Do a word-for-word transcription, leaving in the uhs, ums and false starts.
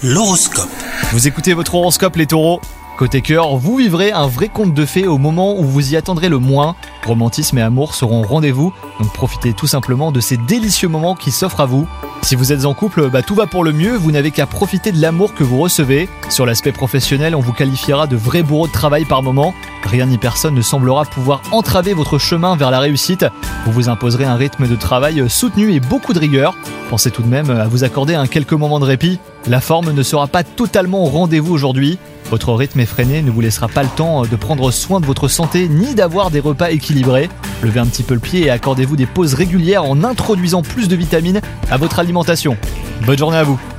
L'horoscope. Vous écoutez votre horoscope les taureaux. Côté cœur, vous vivrez un vrai conte de fées au moment où vous y attendrez le moins. Romantisme et amour seront au rendez-vous, donc profitez tout simplement de ces délicieux moments qui s'offrent à vous. Si vous êtes en couple, bah tout va pour le mieux, vous n'avez qu'à profiter de l'amour que vous recevez. Sur l'aspect professionnel, on vous qualifiera de vrai bourreau de travail par moment. Rien ni personne ne semblera pouvoir entraver votre chemin vers la réussite. Vous vous imposerez un rythme de travail soutenu et beaucoup de rigueur. Pensez tout de même à vous accorder un quelques moments de répit. La forme ne sera pas totalement au rendez-vous aujourd'hui. Votre rythme effréné ne vous laissera pas le temps de prendre soin de votre santé ni d'avoir des repas équilibrés. Levez un petit peu le pied et accordez-vous des pauses régulières en introduisant plus de vitamines à votre alimentation. Bonne journée à vous.